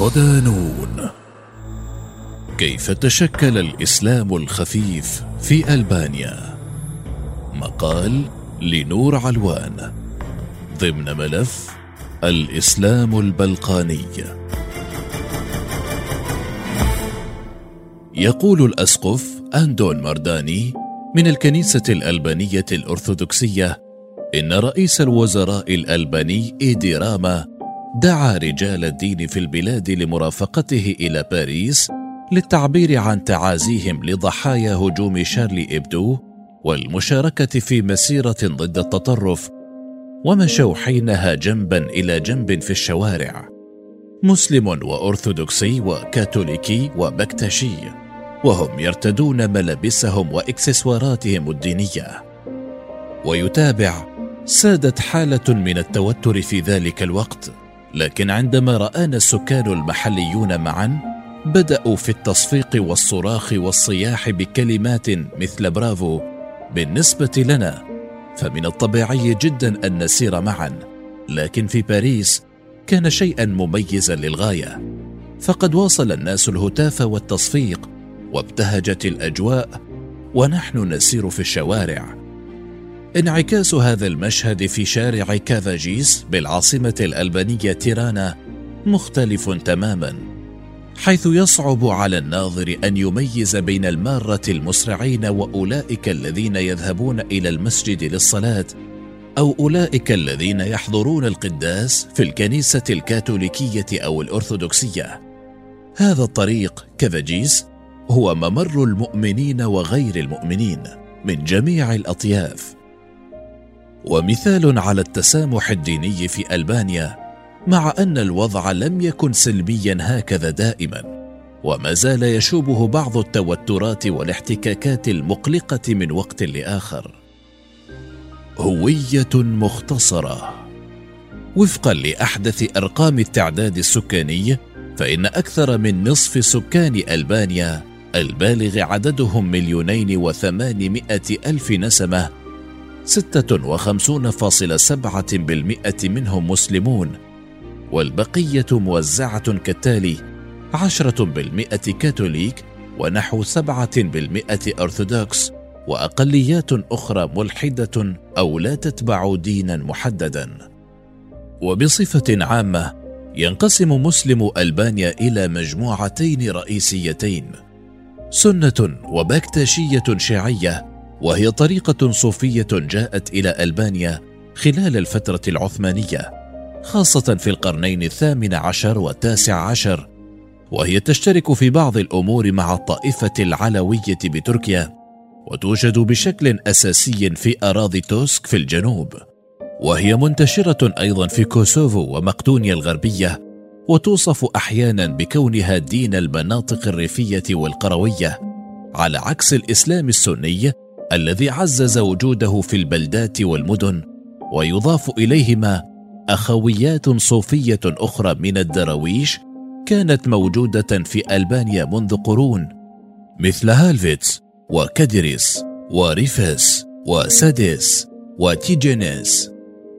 ودانون. كيف تشكل الإسلام الخفيف في ألبانيا؟ مقال لنور علوان ضمن ملف الإسلام البلقاني. يقول الأسقف أندون مرداني من الكنيسة الألبانية الأرثوذكسية إن رئيس الوزراء الألباني إيدي راما دعا رجال الدين في البلاد لمرافقته إلى باريس للتعبير عن تعازيهم لضحايا هجوم شارلي إبدو والمشاركة في مسيرة ضد التطرف، ومشوا حينها جنبا إلى جنب في الشوارع، مسلم وأرثوذكسي وكاثوليكي وبكتشي، وهم يرتدون ملابسهم وإكسسواراتهم الدينية. ويتابع: سادت حالة من التوتر في ذلك الوقت، لكن عندما رآنا السكان المحليون معا بدأوا في التصفيق والصراخ والصياح بكلمات مثل برافو. بالنسبة لنا فمن الطبيعي جدا أن نسير معا، لكن في باريس كان شيئا مميزا للغاية، فقد واصل الناس الهتاف والتصفيق وابتهجت الأجواء ونحن نسير في الشوارع. انعكاس هذا المشهد في شارع كافاجيس بالعاصمة الألبانية تيرانا مختلف تماما، حيث يصعب على الناظر أن يميز بين المارة المسرعين وأولئك الذين يذهبون إلى المسجد للصلاة، أو أولئك الذين يحضرون القداس في الكنيسة الكاثوليكية أو الأرثوذكسية. هذا الطريق كافاجيس هو ممر المؤمنين وغير المؤمنين من جميع الأطياف، ومثال على التسامح الديني في ألبانيا، مع أن الوضع لم يكن سلبيا هكذا دائما، وما زال يشوبه بعض التوترات والاحتكاكات المقلقة من وقت لآخر. هوية مختصرة. وفقا لأحدث أرقام التعداد السكاني، فإن أكثر من نصف سكان ألبانيا البالغ عددهم 2,800,000 نسمة 56.7% منهم مسلمون، والبقية موزعة كالتالي: 10% كاثوليك، ونحو 7% أرثوذكس، وأقليات أخرى ملحدة أو لا تتبع دينا محددا. وبصفة عامة ينقسم مسلم ألبانيا إلى مجموعتين رئيسيتين: سنة وبكتشية شيعية، وهي طريقة صوفية جاءت إلى ألبانيا خلال الفترة العثمانية، خاصة في القرنين 18 و19، وهي تشترك في بعض الأمور مع الطائفة العلوية بتركيا، وتوجد بشكل أساسي في أراضي توسك في الجنوب، وهي منتشرة أيضا في كوسوفو ومقدونيا الغربية، وتوصف أحيانا بكونها دين المناطق الريفية والقروية، على عكس الإسلام السني الذي عزز وجوده في البلدات والمدن، ويضاف إليهما أخويات صوفية أخرى من الدراويش كانت موجودة في ألبانيا منذ قرون، مثل هالفيتس وكاديريس وريفس وساديس وتيجينيس.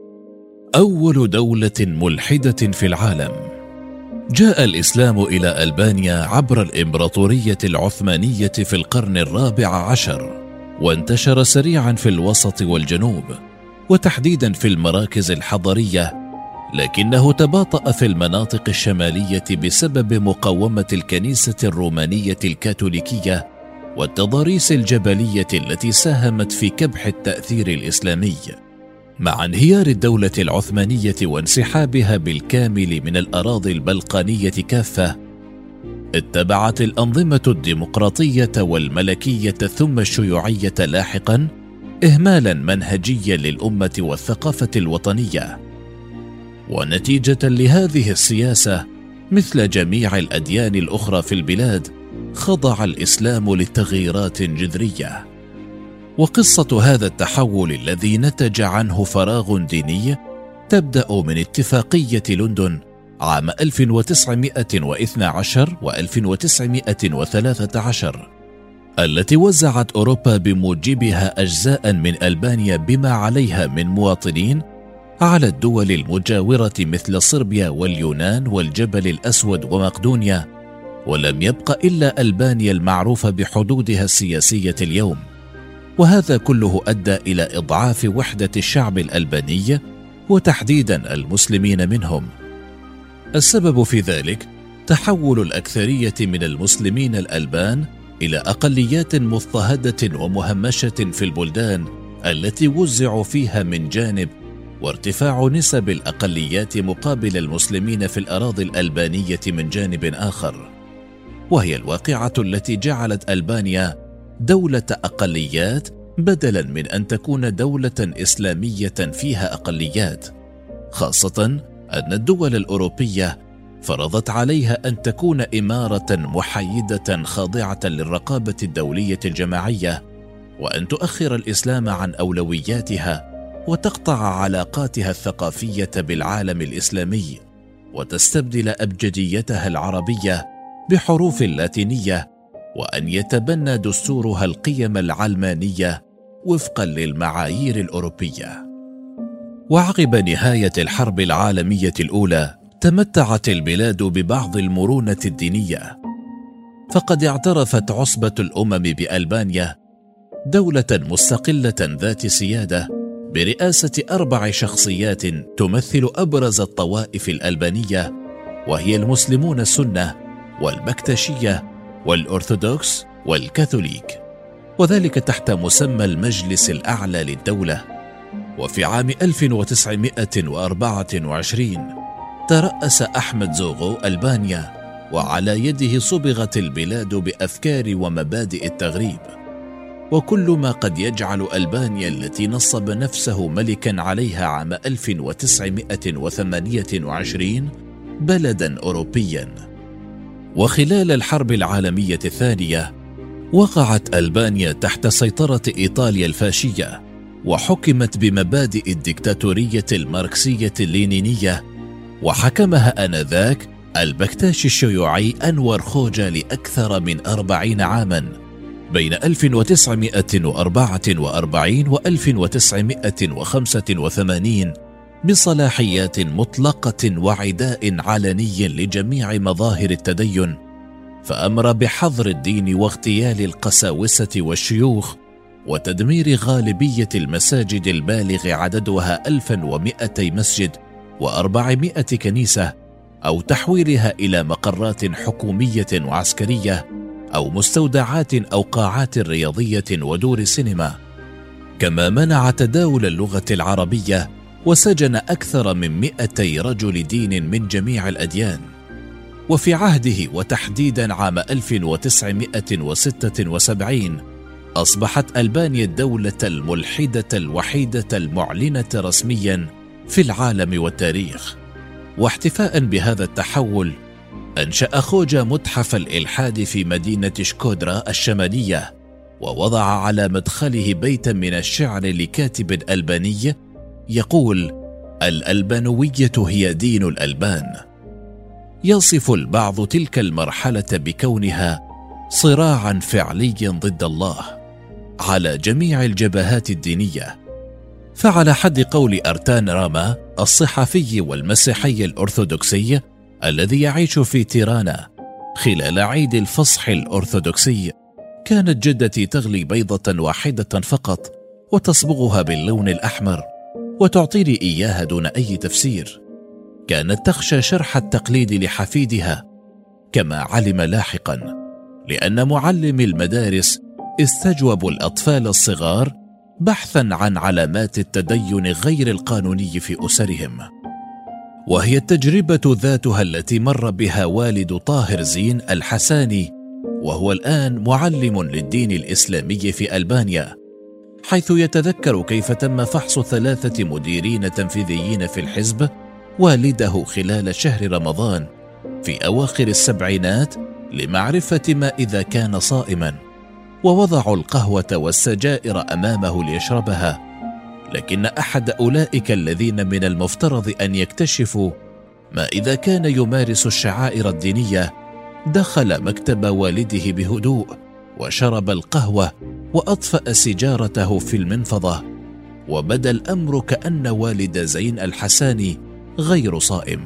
أول دولة ملحدة في العالم. جاء الإسلام إلى ألبانيا عبر الإمبراطورية العثمانية في القرن 14، وانتشر سريعا في الوسط والجنوب، وتحديدا في المراكز الحضرية، لكنه تباطأ في المناطق الشمالية بسبب مقاومة الكنيسة الرومانية الكاثوليكية والتضاريس الجبلية التي ساهمت في كبح التأثير الإسلامي. مع انهيار الدولة العثمانية وانسحابها بالكامل من الأراضي البلقانية كافة، اتبعت الأنظمة الديمقراطية والملكية ثم الشيوعية لاحقا إهمالا منهجيا للأمة والثقافة الوطنية. ونتيجة لهذه السياسة، مثل جميع الأديان الأخرى في البلاد، خضع الإسلام لتغييرات جذرية. وقصة هذا التحول الذي نتج عنه فراغ ديني تبدأ من اتفاقية لندن عام 1912 و1913 التي وزعت أوروبا بموجبها أجزاء من ألبانيا بما عليها من مواطنين على الدول المجاورة مثل صربيا واليونان والجبل الأسود ومقدونيا، ولم يبق إلا ألبانيا المعروفة بحدودها السياسية اليوم. وهذا كله أدى إلى إضعاف وحدة الشعب الألباني وتحديدا المسلمين منهم. السبب في ذلك تحول الأكثرية من المسلمين الألبان إلى أقليات مضطهدة ومهمشة في البلدان التي وزعوا فيها من جانب، وارتفاع نسب الأقليات مقابل المسلمين في الأراضي الألبانية من جانب آخر، وهي الواقعة التي جعلت ألبانيا دولة أقليات بدلا من أن تكون دولة إسلامية فيها أقليات، خاصة أن الدول الأوروبية فرضت عليها أن تكون إمارة محايدة خاضعة للرقابة الدولية الجماعية، وأن تؤخر الإسلام عن أولوياتها وتقطع علاقاتها الثقافية بالعالم الإسلامي، وتستبدل أبجديتها العربية بحروف لاتينية، وأن يتبنى دستورها القيم العلمانية وفقا للمعايير الأوروبية. وعقب نهاية الحرب العالمية الأولى تمتعت البلاد ببعض المرونة الدينية، فقد اعترفت عصبة الأمم بألبانيا دولة مستقلة ذات سيادة برئاسة 4 شخصيات تمثل أبرز الطوائف الألبانية، وهي المسلمون السنة والبكتشية والأرثوذكس والكاثوليك، وذلك تحت مسمى المجلس الأعلى للدولة. وفي عام 1924 ترأس أحمد زوغو ألبانيا، وعلى يده صبغت البلاد بأفكار ومبادئ التغريب، وكل ما قد يجعل ألبانيا التي نصب نفسه ملكا عليها عام 1928 بلدا أوروبيا. وخلال الحرب العالمية الثانية وقعت ألبانيا تحت سيطرة إيطاليا الفاشية، وحكمت بمبادئ الدكتاتورية الماركسية اللينينية، وحكمها آنذاك البكتاشي الشيوعي أنور خوجة لأكثر من 40 عاما بين 1944 و 1985 بصلاحيات مطلقة وعداء علني لجميع مظاهر التدين، فأمر بحظر الدين واغتيال القساوسة والشيوخ وتدمير غالبية المساجد البالغ عددها 1200 مسجد و400 كنيسة، أو تحويلها إلى مقرات حكومية وعسكرية أو مستودعات أو قاعات رياضية ودور سينما. كما منع تداول اللغة العربية، وسجن أكثر من 200 رجل دين من جميع الأديان. وفي عهده وتحديدا عام 1976 أصبحت ألبانيا الدولة الملحدة الوحيدة المعلنة رسميا في العالم والتاريخ. واحتفاء بهذا التحول أنشأ خوجة متحف الإلحاد في مدينة شكودرا الشمالية، ووضع على مدخله بيتا من الشعر لكاتب ألباني يقول: الألبانوية هي دين الألبان. يصف البعض تلك المرحلة بكونها صراعا فعليا ضد الله على جميع الجبهات الدينية. فعلى حد قول أرتان راما الصحفي والمسيحي الأرثوذكسي الذي يعيش في تيرانا خلال عيد الفصح الأرثوذكسي، كانت جدتي تغلي بيضة واحدة فقط وتصبغها باللون الأحمر وتعطيني إياها دون أي تفسير. كانت تخشى شرح التقليد لحفيدها، كما علم لاحقا، لأن معلم المدارس استجوبوا الأطفال الصغار بحثا عن علامات التدين غير القانوني في أسرهم. وهي التجربة ذاتها التي مر بها والد طاهر زين الحساني، وهو الآن معلم للدين الإسلامي في ألبانيا، حيث يتذكر كيف تم فحص 3 مديرين تنفيذيين في الحزب والده خلال شهر رمضان في أواخر السبعينات لمعرفة ما إذا كان صائما، ووضعوا القهوة والسجائر أمامه ليشربها، لكن أحد أولئك الذين من المفترض أن يكتشفوا ما إذا كان يمارس الشعائر الدينية دخل مكتب والده بهدوء وشرب القهوة وأطفأ سيجارته في المنفضة، وبدا الأمر كأن والد زين الحساني غير صائم.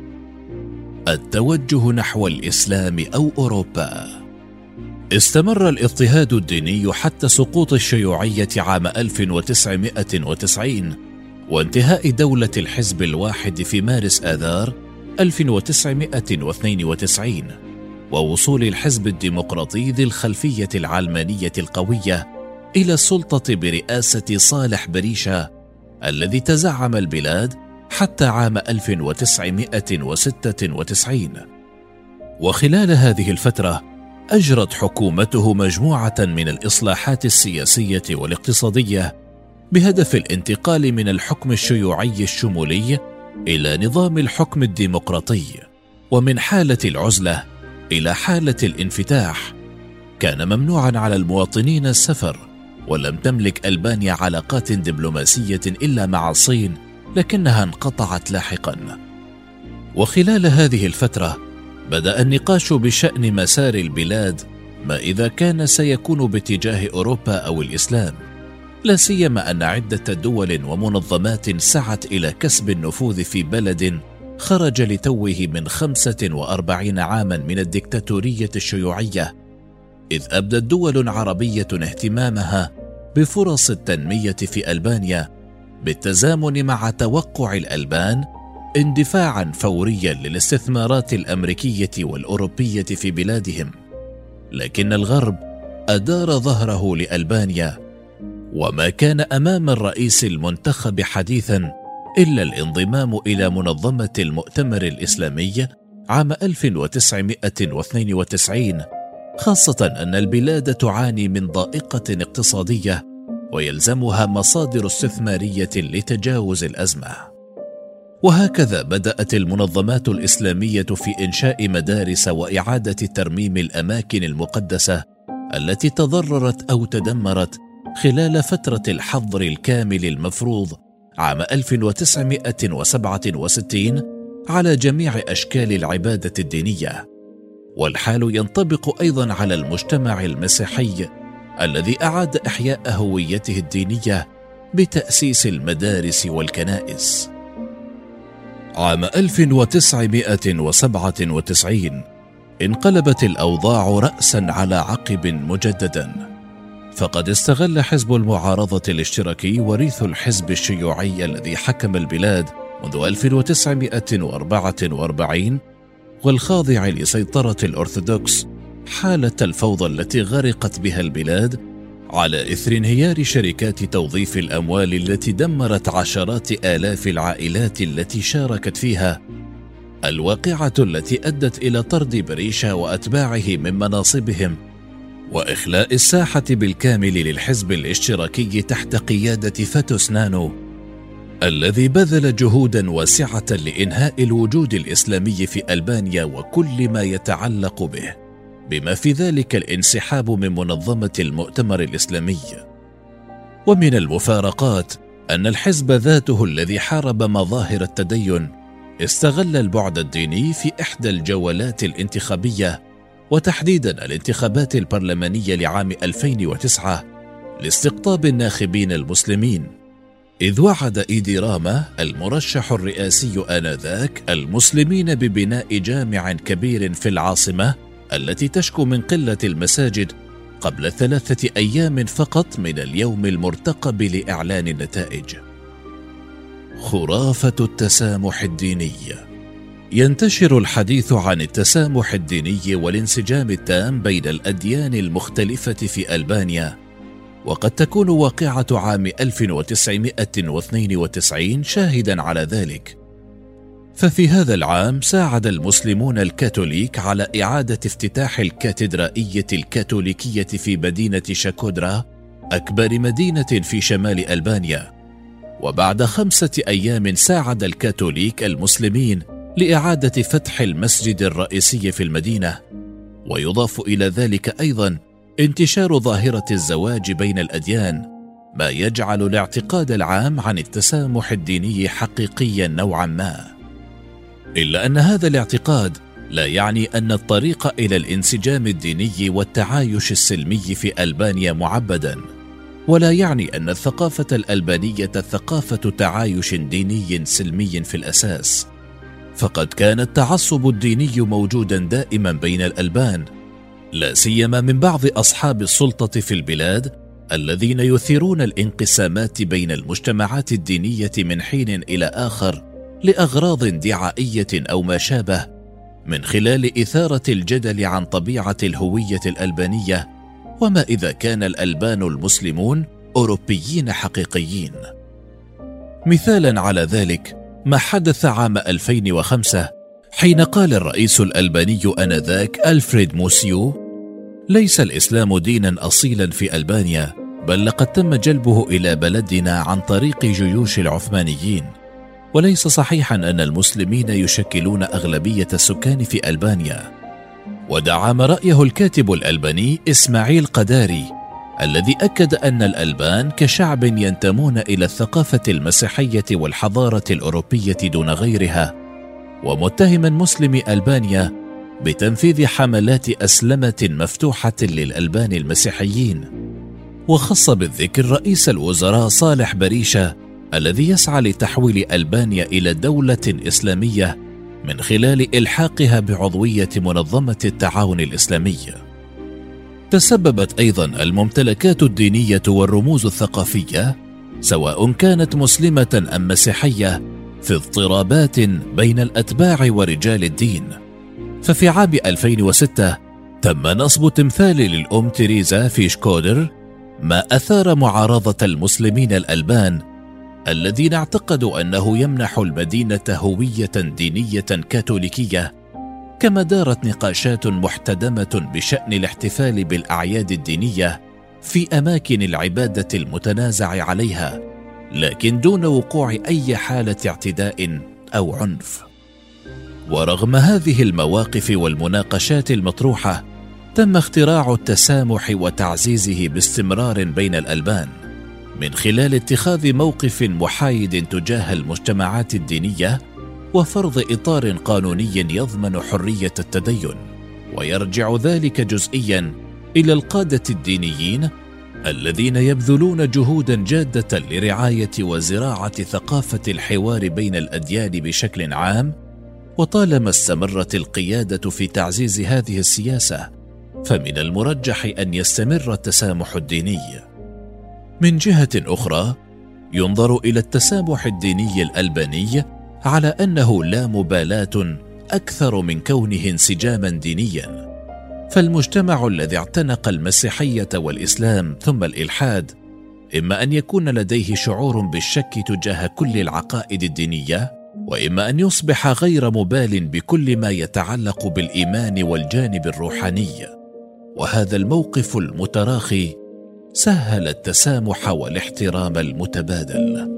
التوجه نحو الإسلام أو أوروبا. استمر الاضطهاد الديني حتى سقوط الشيوعية عام 1990 وانتهاء دولة الحزب الواحد في مارس آذار 1992، ووصول الحزب الديمقراطي ذي الخلفية العلمانية القوية إلى السلطة برئاسة صالح بريشة الذي تزعم البلاد حتى عام 1996. وخلال هذه الفترة أجرت حكومته مجموعة من الإصلاحات السياسية والاقتصادية بهدف الانتقال من الحكم الشيوعي الشمولي إلى نظام الحكم الديمقراطي، ومن حالة العزلة إلى حالة الانفتاح. كان ممنوعا على المواطنين السفر، ولم تملك ألبانيا علاقات دبلوماسية إلا مع الصين، لكنها انقطعت لاحقا. وخلال هذه الفترة بدأ النقاش بشأن مسار البلاد، ما إذا كان سيكون باتجاه أوروبا أو الإسلام، لا سيما أن عدة دول ومنظمات سعت إلى كسب النفوذ في بلد خرج لتوه من 45 عاما من الدكتاتورية الشيوعية، إذ أبدت دول عربية اهتمامها بفرص التنمية في ألبانيا بالتزامن مع توقع الألبان اندفاعا فوريا للاستثمارات الأمريكية والأوروبية في بلادهم. لكن الغرب أدار ظهره لألبانيا، وما كان أمام الرئيس المنتخب حديثا إلا الانضمام إلى منظمة المؤتمر الإسلامي عام 1992، خاصة أن البلاد تعاني من ضائقة اقتصادية ويلزمها مصادر استثمارية لتجاوز الأزمة. وهكذا بدأت المنظمات الإسلامية في إنشاء مدارس وإعادة ترميم الأماكن المقدسة التي تضررت أو تدمرت خلال فترة الحظر الكامل المفروض عام 1967 على جميع أشكال العبادة الدينية. والحال ينطبق أيضا على المجتمع المسيحي الذي أعاد إحياء هويته الدينية بتأسيس المدارس والكنائس. عام 1997 انقلبت الأوضاع رأسا على عقب مجددا، فقد استغل حزب المعارضة الاشتراكي وريث الحزب الشيوعي الذي حكم البلاد منذ 1944 والخاضع لسيطرة الأرثوذكس حالة الفوضى التي غرقت بها البلاد على إثر انهيار شركات توظيف الأموال التي دمرت عشرات آلاف العائلات التي شاركت فيها، الواقعة التي أدت إلى طرد بريشة وأتباعه من مناصبهم وإخلاء الساحة بالكامل للحزب الاشتراكي تحت قيادة فاتوس نانو الذي بذل جهودا واسعة لإنهاء الوجود الإسلامي في ألبانيا وكل ما يتعلق به، بما في ذلك الانسحاب من منظمة المؤتمر الإسلامي. ومن المفارقات أن الحزب ذاته الذي حارب مظاهر التدين استغل البعد الديني في إحدى الجولات الانتخابية، وتحديدا الانتخابات البرلمانية لعام 2009 لاستقطاب الناخبين المسلمين، إذ وعد إيدي راما المرشح الرئاسي آنذاك المسلمين ببناء جامع كبير في العاصمة التي تشكو من قلة المساجد قبل 3 أيام فقط من اليوم المرتقب لإعلان النتائج. خرافة التسامح الديني. ينتشر الحديث عن التسامح الديني والانسجام التام بين الأديان المختلفة في ألبانيا، وقد تكون واقعة عام 1992 شاهدا على ذلك. ففي هذا العام ساعد المسلمون الكاثوليك على إعادة افتتاح الكاتدرائية الكاثوليكية في مدينة شاكودرا، أكبر مدينة في شمال ألبانيا. وبعد 5 أيام ساعد الكاثوليك المسلمين لإعادة فتح المسجد الرئيسي في المدينة. ويضاف إلى ذلك أيضا انتشار ظاهرة الزواج بين الأديان، ما يجعل الاعتقاد العام عن التسامح الديني حقيقيا نوعا ما. إلا أن هذا الاعتقاد لا يعني أن الطريق إلى الانسجام الديني والتعايش السلمي في ألبانيا معبدا، ولا يعني أن الثقافة الألبانية ثقافة تعايش ديني سلمي في الأساس، فقد كان التعصب الديني موجودا دائما بين الألبان، لا سيما من بعض أصحاب السلطة في البلاد الذين يثيرون الانقسامات بين المجتمعات الدينية من حين إلى آخر لأغراض دعائية أو ما شابه، من خلال إثارة الجدل عن طبيعة الهوية الألبانية وما إذا كان الألبان المسلمون أوروبيين حقيقيين. مثالا على ذلك ما حدث عام 2005 حين قال الرئيس الألباني آنذاك ألفريد موسيو: ليس الإسلام دينا أصيلا في ألبانيا، بل لقد تم جلبه إلى بلدنا عن طريق جيوش العثمانيين، وليس صحيحا أن المسلمين يشكلون أغلبية السكان في ألبانيا. ودعم رأيه الكاتب الألباني إسماعيل قداري الذي أكد أن الألبان كشعب ينتمون إلى الثقافة المسيحية والحضارة الأوروبية دون غيرها، ومتهما مسلمي ألبانيا بتنفيذ حملات أسلمة مفتوحة للألبان المسيحيين. وخص بالذكر رئيس الوزراء صالح بريشة الذي يسعى لتحويل ألبانيا إلى دولة إسلامية من خلال إلحاقها بعضوية منظمة التعاون الإسلامي. تسببت أيضا الممتلكات الدينية والرموز الثقافية سواء كانت مسلمة أم مسيحية في اضطرابات بين الأتباع ورجال الدين. ففي عام 2006 تم نصب تمثال للأم تيريزا في شكودر، ما أثار معارضة المسلمين الألبان الذين اعتقدوا أنه يمنح المدينة هوية دينية كاثوليكية، كما دارت نقاشات محتدمة بشأن الاحتفال بالأعياد الدينية في أماكن العبادة المتنازع عليها، لكن دون وقوع أي حالة اعتداء أو عنف. ورغم هذه المواقف والمناقشات المطروحة، تم اختراع التسامح وتعزيزه باستمرار بين الألبان من خلال اتخاذ موقف محايد تجاه المجتمعات الدينية وفرض إطار قانوني يضمن حرية التدين. ويرجع ذلك جزئيا إلى القادة الدينيين الذين يبذلون جهودا جادة لرعاية وزراعة ثقافة الحوار بين الأديان بشكل عام. وطالما استمرت القيادة في تعزيز هذه السياسة، فمن المرجح أن يستمر التسامح الديني. من جهة أخرى، ينظر إلى التسامح الديني الألباني على أنه لا مبالاة أكثر من كونه انسجاما دينيا، فالمجتمع الذي اعتنق المسيحية والإسلام ثم الإلحاد إما أن يكون لديه شعور بالشك تجاه كل العقائد الدينية، وإما أن يصبح غير مبال بكل ما يتعلق بالإيمان والجانب الروحاني. وهذا الموقف المتراخي سهل التسامح والاحترام المتبادل.